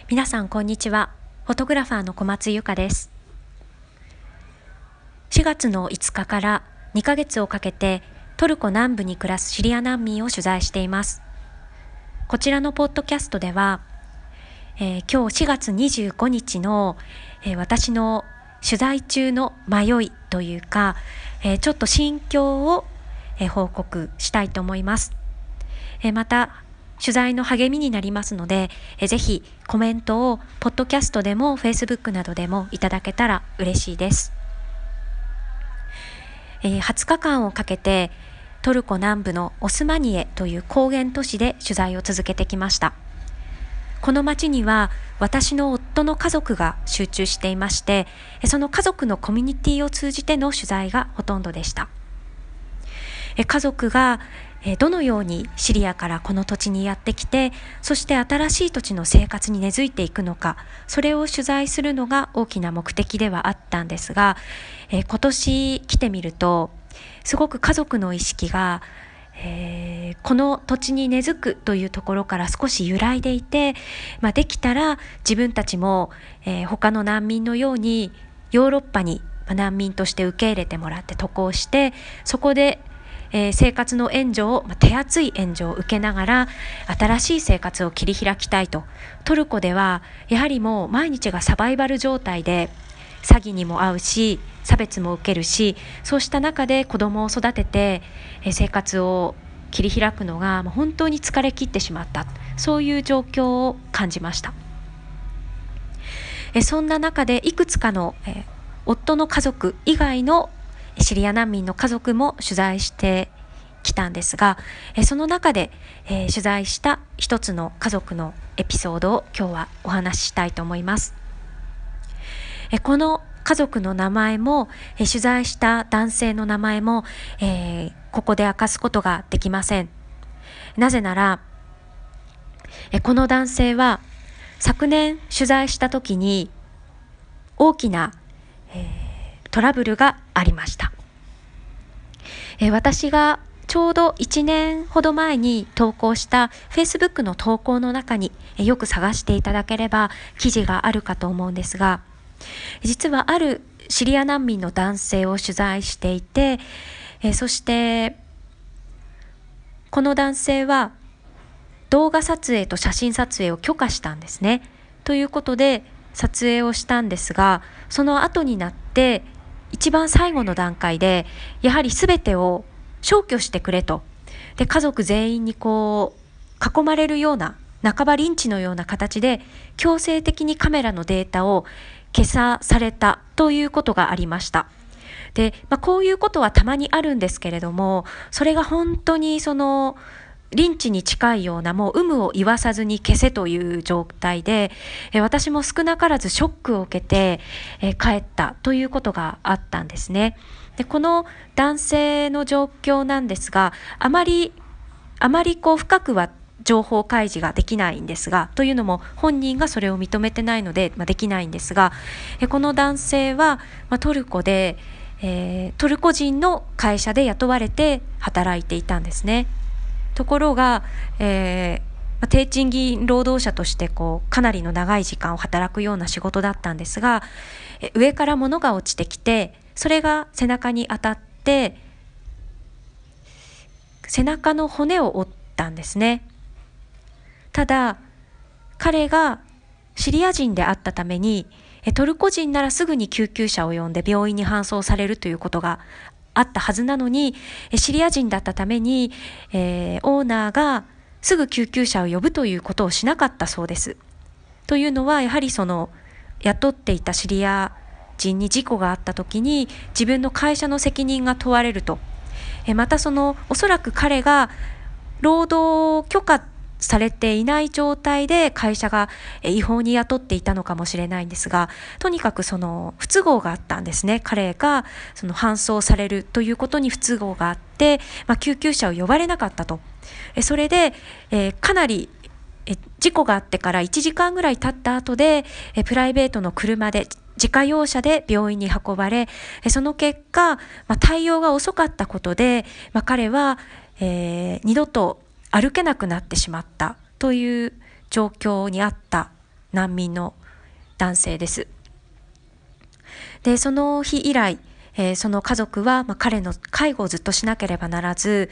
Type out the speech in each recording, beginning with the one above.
皆さんこんにちは。フォトグラファーの小松由香です。4月の5日から2ヶ月をかけてトルコ南部に暮らすシリア難民を取材しています。こちらのポッドキャストでは、今日4月25日の、私の取材中の迷いというか、ちょっと心境を、報告したいと思います。また取材の励みになりますので、ぜひコメントをポッドキャストでも Facebook などでもいただけたら嬉しいです。20日間をかけてトルコ南部のオスマニエという高原都市で取材を続けてきました。この町には私の夫の家族が集中していまして、その家族のコミュニティを通じての取材がほとんどでした。家族がどのようにシリアからこの土地にやってきて、そして新しい土地の生活に根付いていくのか、それを取材するのが大きな目的ではあったんですが、今年来てみるとすごく家族の意識が、この土地に根付くというところから少し揺らいでいて、できたら自分たちも、他の難民のようにヨーロッパに難民として受け入れてもらって渡航して、そこで生活の援助を、手厚い援助を受けながら新しい生活を切り開きたいと。トルコではやはりもう毎日がサバイバル状態で、詐欺にも遭うし差別も受けるし、そうした中で子供を育てて生活を切り開くのが本当に疲れ切ってしまった、そういう状況を感じました。そんな中でいくつかの夫の家族以外のシリア難民の家族も取材してきたんですが、その中で取材した一つの家族のエピソードを今日はお話ししたいと思います。この家族の名前も取材した男性の名前もここで明かすことができません。なぜならこの男性は昨年取材した時に大きなトラブルがありました。私がちょうど1年ほど前に投稿した Facebook の投稿の中によく探していただければ記事があるかと思うんですが、実はあるシリア難民の男性を取材していて、そしてこの男性は動画撮影と写真撮影を許可したんですね。ということで撮影をしたんですが、その後になって一番最後の段階でやはり全てを消去してくれと。で、家族全員に囲まれるような半ばリンチのような形で強制的にカメラのデータを消されたということがありました。で、こういうことはたまにあるんですけれども、それが本当にリンチに近いような、もう有無を言わさずに消せという状態で、私も少なからずショックを受けて、帰ったということがあったんですね。で、この男性の状況なんですが、あまり深くは情報開示ができないんですが、というのも本人がそれを認めてないので、できないんですが、この男性は、トルコで、トルコ人の会社で雇われて働いていたんですね。ところが、低賃金労働者としてかなりの長い時間を働くような仕事だったんですが、上から物が落ちてきて、それが背中に当たって背中の骨を折ったんですね。ただ彼がシリア人であったために、トルコ人ならすぐに救急車を呼んで病院に搬送されるということがあったはずなのに、シリア人だったために、オーナーがすぐ救急車を呼ぶということをしなかったそうです。というのはやはり雇っていたシリア人に事故があった時に自分の会社の責任が問われると。またおそらく彼が労働許可されていない状態で会社が違法に雇っていたのかもしれないんですが、とにかく不都合があったんですね。彼が搬送されるということに不都合があって、救急車を呼ばれなかったと。それで、かなり事故があってから1時間ぐらい経った後でプライベートの車で自家用車で病院に運ばれ、その結果、対応が遅かったことで、彼は、二度と歩けなくなってしまったという状況にあった難民の男性です。で、その日以来、その家族は、彼の介護をずっとしなければならず、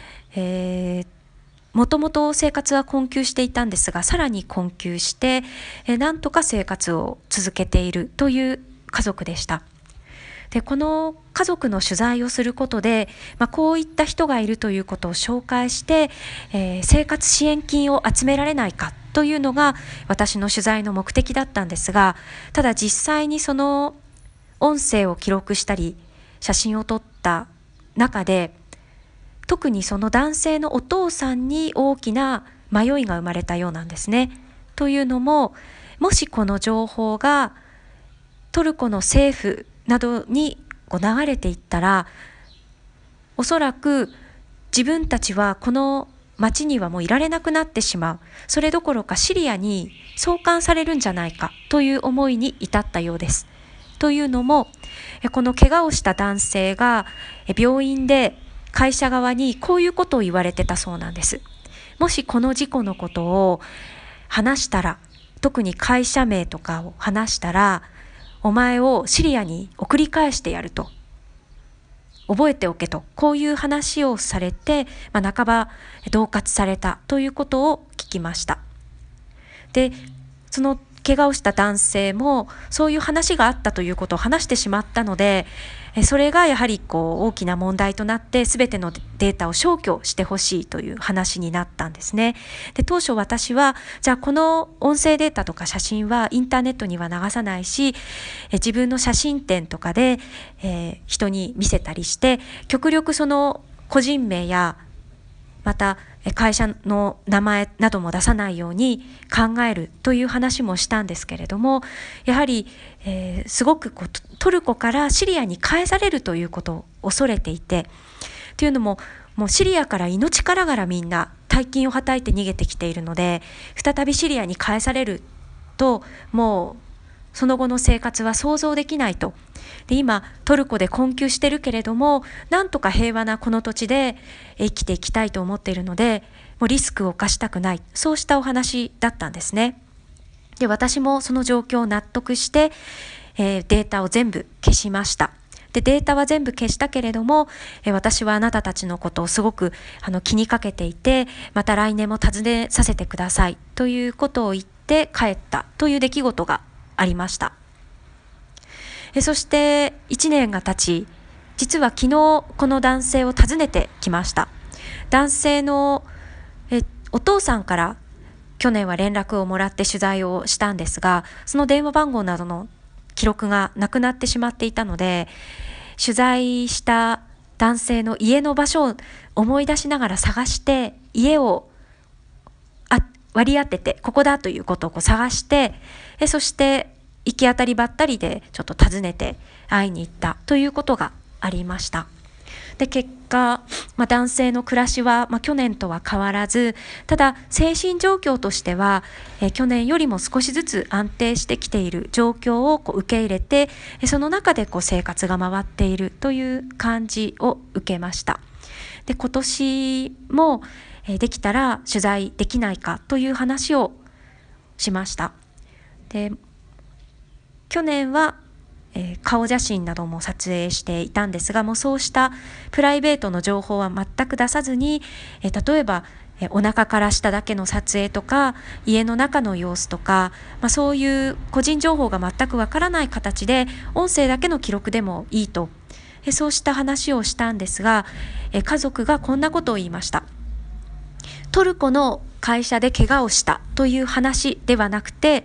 もともと生活は困窮していたんですが、さらに困窮して、なんとか生活を続けているという家族でした。で、この家族の取材をすることで、こういった人がいるということを紹介して、生活支援金を集められないかというのが私の取材の目的だったんですが、ただ実際にその音声を記録したり写真を撮った中で、特にその男性のお父さんに大きな迷いが生まれたようなんですね。というのも、もしこの情報がトルコの政府などに流れていったら、おそらく自分たちはこの町にはもういられなくなってしまう。それどころかシリアに送還されるんじゃないかという思いに至ったようです。というのも、この怪我をした男性が病院で会社側にこういうことを言われてたそうなんです。もしこの事故のことを話したら、特に会社名とかを話したら、お前をシリアに送り返してやると。覚えておけと。こういう話をされて、半ば恫喝されたということを聞きました。で、その怪我をした男性もそういう話があったということを話してしまったので、それがやはり大きな問題となって全てのデータを消去してほしいという話になったんですね。で、当初私はじゃあこの音声データとか写真はインターネットには流さないし、自分の写真展とかで、人に見せたりして、極力その個人名やまた会社の名前なども出さないように考えるという話もしたんですけれども、やはり、すごくトルコからシリアに返されるということを恐れていて、というのももうシリアから命からがらみんな大金をはたいて逃げてきているので、再びシリアに返されるともうその後の生活は想像できないと。で、今トルコで困窮してるけれども、なんとか平和なこの土地で生きていきたいと思っているので、もうリスクを冒したくない、そうしたお話だったんですね。で、私もその状況を納得して、データを全部消しました。で、データは全部消したけれども、私はあなたたちのことをすごく気にかけていて、また来年も訪ねさせてくださいということを言って帰ったという出来事がありました。そして1年が経ち、実は昨日この男性を訪ねてきました。男性のお父さんから去年は連絡をもらって取材をしたんですが、その電話番号などの記録がなくなってしまっていたので、取材した男性の家の場所を思い出しながら探して、家を割り当ててここだということを探して、そして行き当たりばったりでちょっと訪ねて会いに行ったということがありました。で、結果、男性の暮らしは、去年とは変わらず、ただ精神状況としては、去年よりも少しずつ安定してきている状況を受け入れて、その中で生活が回っているという感じを受けました。で、今年もできたら取材できないかという話をしました。で、去年は顔写真なども撮影していたんですが、もうそうしたプライベートの情報は全く出さずに、例えばお腹から下だけの撮影とか家の中の様子とか、そういう個人情報が全くわからない形で音声だけの記録でもいいと、そうした話をしたんですが、家族がこんなことを言いました。トルコの会社で怪我をしたという話ではなくて、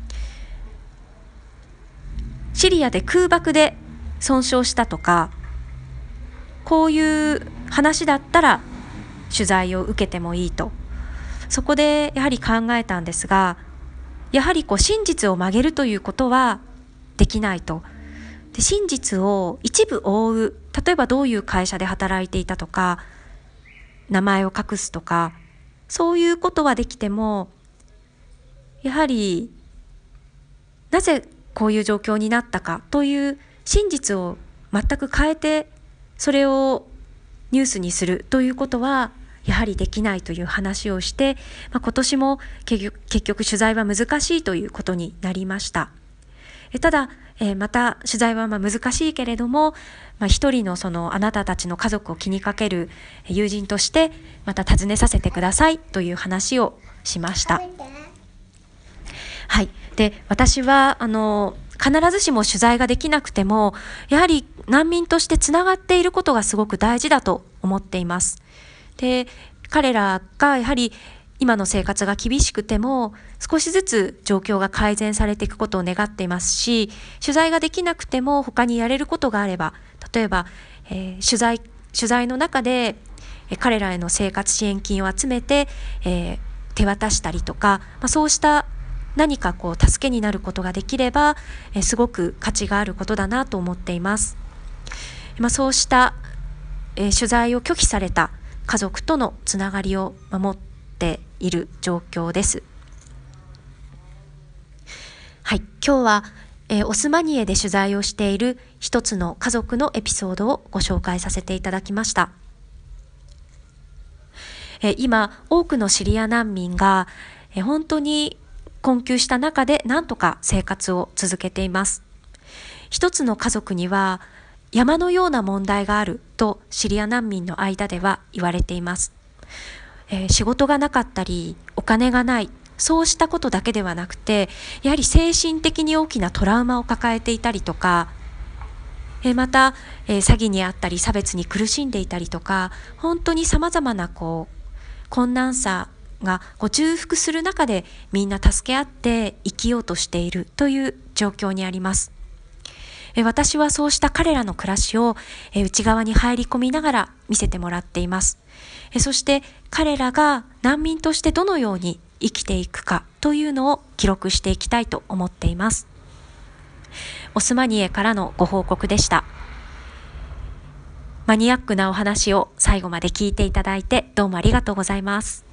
シリアで空爆で損傷したとか、こういう話だったら取材を受けてもいいと。そこでやはり考えたんですが、やはり真実を曲げるということはできないと。で、真実を一部覆う、例えばどういう会社で働いていたとか、名前を隠すとか、そういうことはできても、やはりなぜこういう状況になったかという真実を全く変えて、それをニュースにするということはやはりできないという話をして、今年も結局取材は難しいということになりました。ただ、また取材は難しいけれども、一人のあなたたちの家族を気にかける友人としてまた訪ねさせてくださいという話をしました。はい。で、私は必ずしも取材ができなくても、やはり難民としてつながっていることがすごく大事だと思っています。で、彼らがやはり今の生活が厳しくても少しずつ状況が改善されていくことを願っていますし、取材ができなくても他にやれることがあれば、例えば、取材の中で彼らへの生活支援金を集めて、手渡したりとか、そうした何か助けになることができれば、すごく価値があることだなと思っています。そうした、取材を拒否された家族とのつながりを守っている状況です。はい、今日は、オスマニエで取材をしている一つの家族のエピソードをご紹介させていただきました。今多くのシリア難民が、本当に困窮した中で何とか生活を続けています。一つの家族には山のような問題があるとシリア難民の間では言われています。仕事がなかったりお金がない、そうしたことだけではなくて、やはり精神的に大きなトラウマを抱えていたりとか、また、詐欺にあったり差別に苦しんでいたりとか、本当に様々な困難さが重複する中でみんな助け合って生きようとしているという状況にあります。私はそうした彼らの暮らしを内側に入り込みながら見せてもらっています。そして彼らが難民としてどのように生きていくかというのを記録していきたいと思っています。オスマニエからのご報告でした。マニアックなお話を最後まで聞いていただいてどうもありがとうございます。